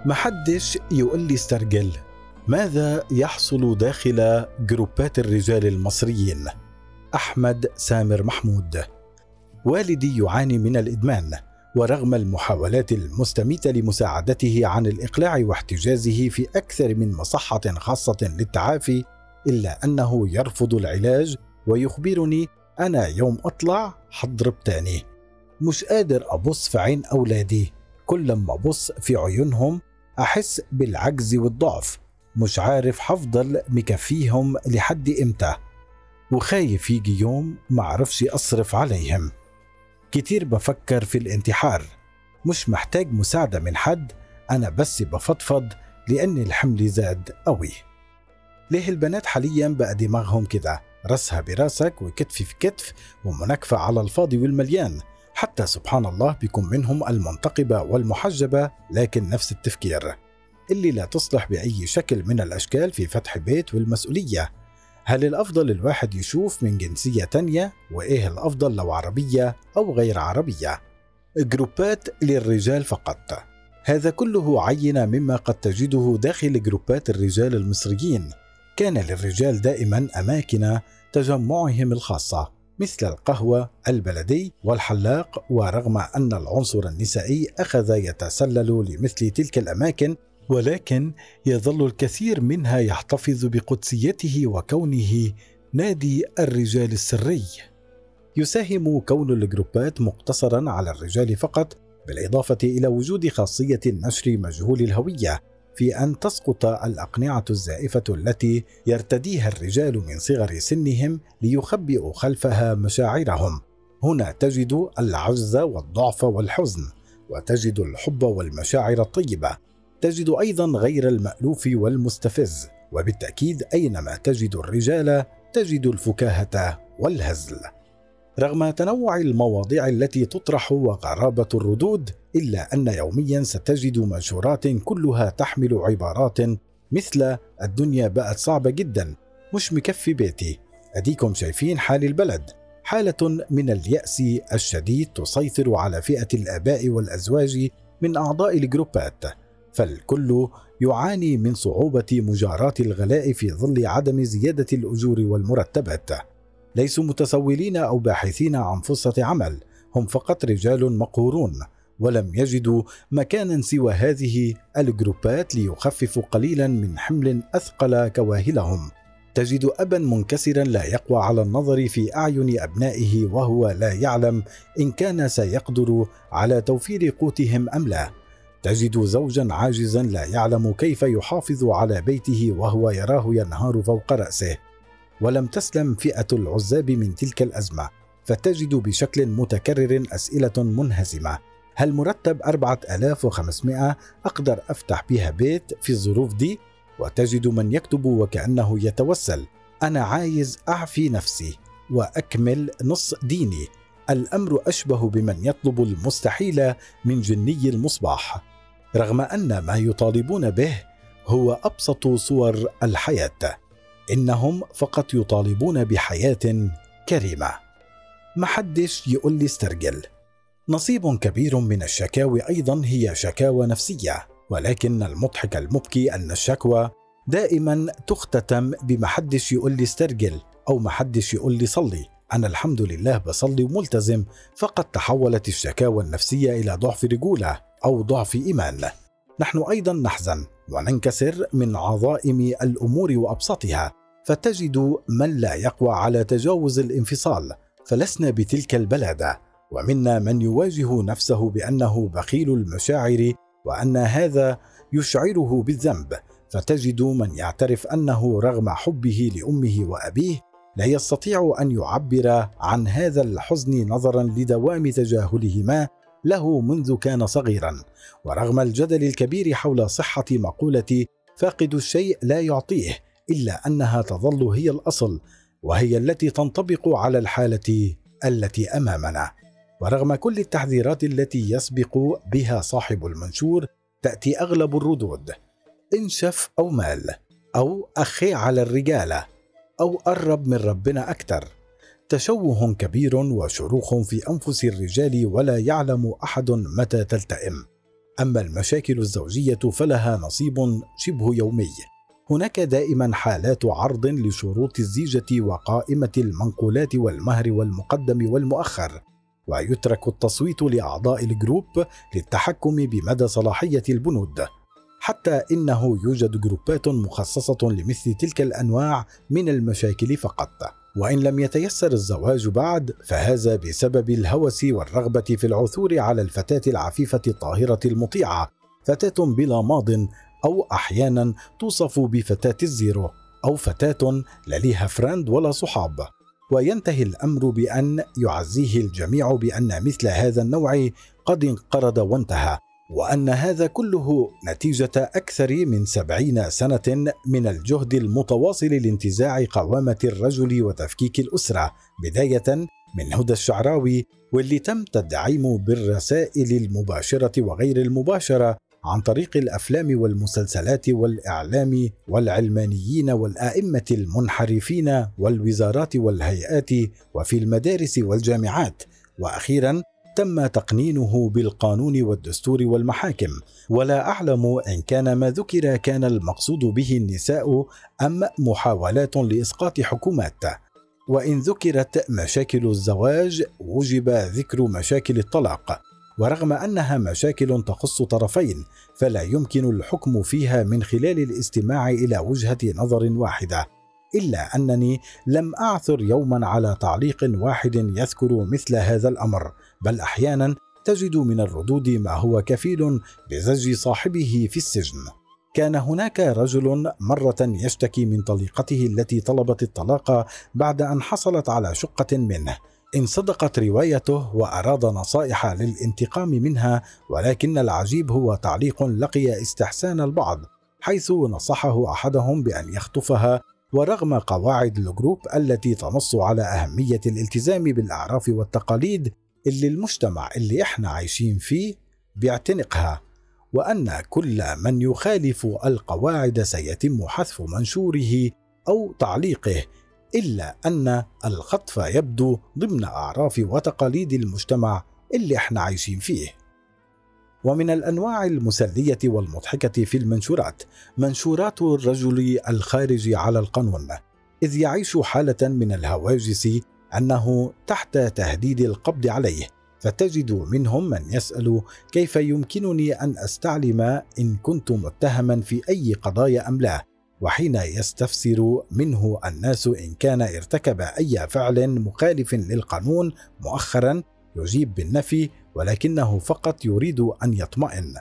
محدش يقول لي استرجل. ماذا يحصل داخل جروبات الرجال المصريين؟ أحمد سامر محمود. والدي يعاني من الإدمان، ورغم المحاولات المستميتة لمساعدته عن الإقلاع واحتجازه في أكثر من مصحة خاصة للتعافي، إلا أنه يرفض العلاج ويخبرني: أنا يوم أطلع حضرب تاني. مش قادر أبص في عين أولادي، كل ما أبص في عيونهم أحس بالعجز والضعف، مش عارف حفضل مكفيهم لحد إمتى، وخايف يجي يوم معرفش أصرف عليهم. كتير بفكر في الانتحار، مش محتاج مساعدة من حد، أنا بس بفضفض لأن الحمل زاد قوي. ليه البنات حاليا بقى دماغهم كده، راسها براسك وكتف في كتف ومناكفة على الفاضي والمليان؟ حتى سبحان الله بيكون منهم المنتقبة والمحجبة، لكن نفس التفكير اللي لا تصلح بأي شكل من الأشكال في فتح بيت والمسؤولية. هل الأفضل الواحد يشوف من جنسية تانية؟ وإيه الأفضل لو عربية أو غير عربية؟ جروبات للرجال فقط، هذا كله عينة مما قد تجده داخل جروبات الرجال المصريين. كان للرجال دائما أماكن تجمعهم الخاصة، مثل القهوة، البلدي والحلاق، ورغم أن العنصر النسائي أخذ يتسلل لمثل تلك الأماكن، ولكن يظل الكثير منها يحتفظ بقدسيته وكونه نادي الرجال السري. يساهم كون الجروبات مقتصرا على الرجال فقط، بالإضافة إلى وجود خاصية نشر مجهول الهوية، في أن تسقط الأقنعة الزائفة التي يرتديها الرجال من صغر سنهم ليخبئوا خلفها مشاعرهم. هنا تجد العجز والضعف والحزن، وتجد الحب والمشاعر الطيبة، تجد أيضا غير المألوف والمستفز، وبالتأكيد أينما تجد الرجال تجد الفكاهة والهزل. رغم تنوع المواضيع التي تطرح وغرابة الردود، إلا أن يوميا ستجد منشورات كلها تحمل عبارات مثل: الدنيا بقت صعبة جدا، مش مكفي بيتي، أديكم شايفين حال البلد. حالة من اليأس الشديد تسيطر على فئة الآباء والأزواج من أعضاء الجروبات، فالكل يعاني من صعوبة مجاراة الغلاء في ظل عدم زيادة الأجور والمرتبات. ليسوا متسولين أو باحثين عن فرصة عمل، هم فقط رجال مقهورون، ولم يجدوا مكانا سوى هذه الجروبات ليخففوا قليلا من حمل أثقل كواهلهم. تجد أبا منكسرا لا يقوى على النظر في أعين أبنائه وهو لا يعلم إن كان سيقدر على توفير قوتهم أم لا. تجد زوجا عاجزا لا يعلم كيف يحافظ على بيته وهو يراه ينهار فوق رأسه. ولم تسلم فئة العزاب من تلك الأزمة، فتجد بشكل متكرر أسئلة منهزمة: هل مرتب 4500 أقدر أفتح بها بيت في الظروف دي؟ وتجد من يكتب وكأنه يتوسل: أنا عايز أعفي نفسي وأكمل نص ديني. الأمر أشبه بمن يطلب المستحيل من جني المصباح، رغم أن ما يطالبون به هو أبسط صور الحياة. إنهم فقط يطالبون بحياة كريمة. محدش يقول لي استرجل. نصيب كبير من الشكاوي أيضا هي شكاوى نفسية، ولكن المضحك المبكي أن الشكوى دائما تختتم بمحدش يقول لي استرجل أو محدش يقول لي صلي. أنا الحمد لله بصلي وملتزم، فقد تحولت الشكاوى النفسية إلى ضعف رجولة أو ضعف إيمان. نحن أيضا نحزن وننكسر من عظائم الأمور وأبسطها، فتجد من لا يقوى على تجاوز الانفصال، فلسنا بتلك البلادة. ومنا من يواجه نفسه بأنه بخيل المشاعر وأن هذا يشعره بالذنب، فتجد من يعترف أنه رغم حبه لأمه وأبيه لا يستطيع أن يعبر عن هذا الحزن نظرا لدوام تجاهلهما له منذ كان صغيرا. ورغم الجدل الكبير حول صحة مقولة فاقد الشيء لا يعطيه، إلا أنها تظل هي الأصل، وهي التي تنطبق على الحالة التي أمامنا. ورغم كل التحذيرات التي يسبق بها صاحب المنشور، تأتي أغلب الردود: انشف أو مال، أو أخي على الرجالة، أو قرب من ربنا أكتر. تشوه كبير وشروخ في أنفس الرجال، ولا يعلم أحد متى تلتئم. أما المشاكل الزوجية فلها نصيب شبه يومي. هناك دائما حالات عرض لشروط الزيجة وقائمة المنقولات والمهر والمقدم والمؤخر، ويترك التصويت لأعضاء الجروب للتحكم بمدى صلاحية البنود، حتى إنه يوجد جروبات مخصصة لمثل تلك الأنواع من المشاكل فقط. وإن لم يتيسر الزواج بعد، فهذا بسبب الهوس والرغبة في العثور على الفتاة العفيفة الطاهرة المطيعة، فتاة بلا ماض، أو أحيانا توصف بفتاة الزيرو، أو فتاة لا لها فريند ولا صحاب. وينتهي الأمر بأن يعزيه الجميع بأن مثل هذا النوع قد انقرض وانتهى، وأن هذا كله نتيجة أكثر من 70 سنة من الجهد المتواصل لانتزاع قوامة الرجل وتفكيك الأسرة، بداية من هدى الشعراوي، واللي تم تدعيمه بالرسائل المباشرة وغير المباشرة عن طريق الأفلام والمسلسلات والإعلام والعلمانيين والآئمة المنحرفين والوزارات والهيئات وفي المدارس والجامعات، وأخيرا تم تقنينه بالقانون والدستور والمحاكم. ولا أعلم إن كان ما ذكر كان المقصود به النساء أم محاولات لإسقاط حكومات. وإن ذكرت مشاكل الزواج وجب ذكر مشاكل الطلاق، ورغم أنها مشاكل تخص طرفين فلا يمكن الحكم فيها من خلال الاستماع إلى وجهة نظر واحدة، إلا أنني لم أعثر يوما على تعليق واحد يذكر مثل هذا الأمر، بل أحيانا تجد من الردود ما هو كفيل بزج صاحبه في السجن. كان هناك رجل مرة يشتكي من طليقته التي طلبت الطلاق بعد أن حصلت على شقة منه. إن صدقت روايته وأراد نصائح للانتقام منها، ولكن العجيب هو تعليق لقي استحسان البعض، حيث نصحه أحدهم بأن يخطفها، ورغم قواعد الجروب التي تنص على أهمية الالتزام بالأعراف والتقاليد اللي المجتمع اللي احنا عايشين فيه بيعتنقها، وأن كل من يخالف القواعد سيتم حذف منشوره أو تعليقه، إلا أن الخطف يبدو ضمن أعراف وتقاليد المجتمع اللي احنا عايشين فيه. ومن الأنواع المسلية والمضحكة في المنشورات منشورات الرجل الخارج على القانون، إذ يعيش حالة من الهواجس أنه تحت تهديد القبض عليه، فتجد منهم من يسأل كيف يمكنني أن أستعلم إن كنت متهما في أي قضايا أم لا، وحين يستفسر منه الناس إن كان ارتكب أي فعل مخالف للقانون مؤخرا يجيب بالنفي، ولكنه فقط يريد أن يطمئن.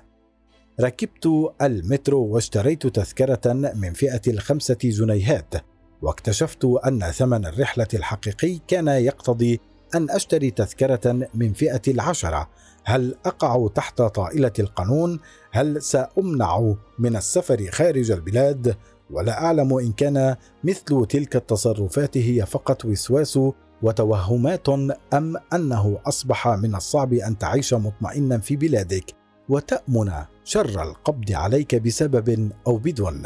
ركبت المترو واشتريت تذكرة من فئة 5 جنيهات، واكتشفت أن ثمن الرحلة الحقيقي كان يقتضي أن أشتري تذكرة من فئة 10. هل أقع تحت طائلة القانون؟ هل سأمنع من السفر خارج البلاد؟ ولا أعلم إن كان مثل تلك التصرفات هي فقط وسواس وتوهمات، أم أنه أصبح من الصعب أن تعيش مطمئنا في بلادك وتأمن شر القبض عليك بسبب أو بدون.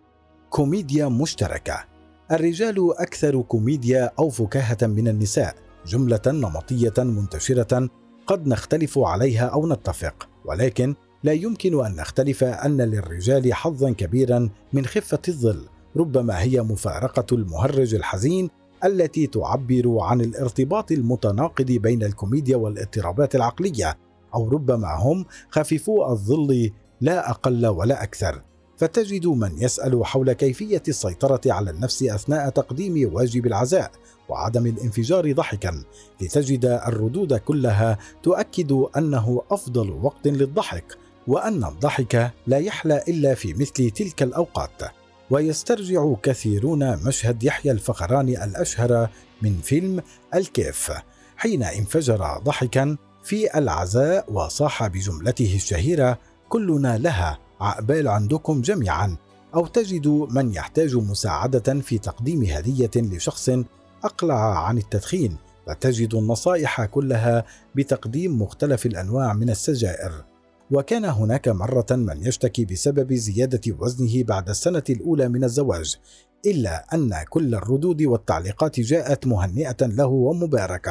كوميديا مشتركة. الرجال أكثر كوميديا أو فكاهة من النساء، جملة نمطية منتشرة قد نختلف عليها أو نتفق، ولكن لا يمكن أن نختلف أن للرجال حظا كبيرا من خفة الظل، ربما هي مفارقة المهرج الحزين التي تعبر عن الارتباط المتناقض بين الكوميديا والاضطرابات العقلية، أو ربما هم خفيفو الظل لا أقل ولا أكثر. فتجد من يسأل حول كيفية السيطرة على النفس أثناء تقديم واجب العزاء وعدم الانفجار ضحكا، لتجد الردود كلها تؤكد أنه أفضل وقت للضحك، وأن الضحك لا يحلى إلا في مثل تلك الأوقات. ويسترجع كثيرون مشهد يحيى الفخراني الأشهر من فيلم الكيف، حين انفجر ضحكا في العزاء وصاح بجملته الشهيرة: كلنا لها، عقبال عندكم جميعا. أو تجد من يحتاج مساعدة في تقديم هدية لشخص أقلع عن التدخين، فتجد النصائح كلها بتقديم مختلف الأنواع من السجائر. وكان هناك مرة من يشتكي بسبب زيادة وزنه بعد السنة الأولى من الزواج، إلا أن كل الردود والتعليقات جاءت مهنئة له ومباركة،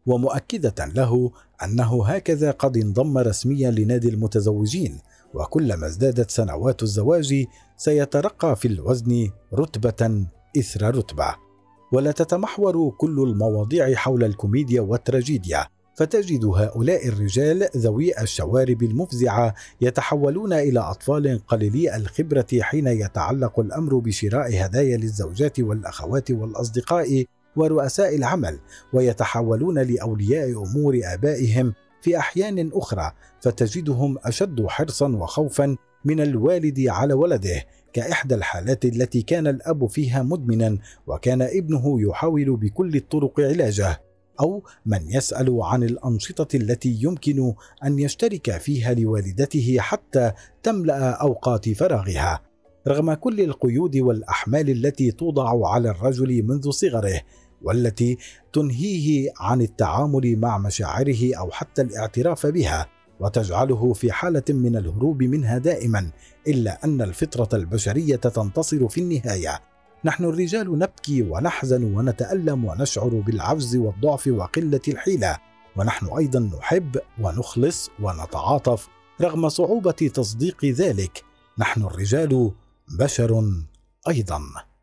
ومؤكدة له أنه هكذا قد انضم رسميا لنادي المتزوجين، وكلما ازدادت سنوات الزواج سيترقى في الوزن رتبة إثر رتبة. ولا تتمحور كل المواضيع حول الكوميديا والتراجيديا، فتجد هؤلاء الرجال ذوي الشوارب المفزعة يتحولون إلى أطفال قليلي الخبرة حين يتعلق الأمر بشراء هدايا للزوجات والأخوات والأصدقاء ورؤساء العمل، ويتحولون لأولياء أمور آبائهم في أحيان أخرى، فتجدهم أشد حرصا وخوفا من الوالد على ولده، كإحدى الحالات التي كان الأب فيها مدمنا وكان ابنه يحاول بكل الطرق علاجه، أو من يسأل عن الأنشطة التي يمكن أن يشترك فيها لوالدته حتى تملأ أوقات فراغها، رغم كل القيود والأحمال التي توضع على الرجل منذ صغره، والتي تنهيه عن التعامل مع مشاعره أو حتى الاعتراف بها، وتجعله في حالة من الهروب منها دائما، إلا أن الفطرة البشرية تنتصر في النهاية. نحن الرجال نبكي ونحزن ونتألم ونشعر بالعجز والضعف وقلة الحيلة، ونحن أيضا نحب ونخلص ونتعاطف رغم صعوبة تصديق ذلك. نحن الرجال بشر أيضا.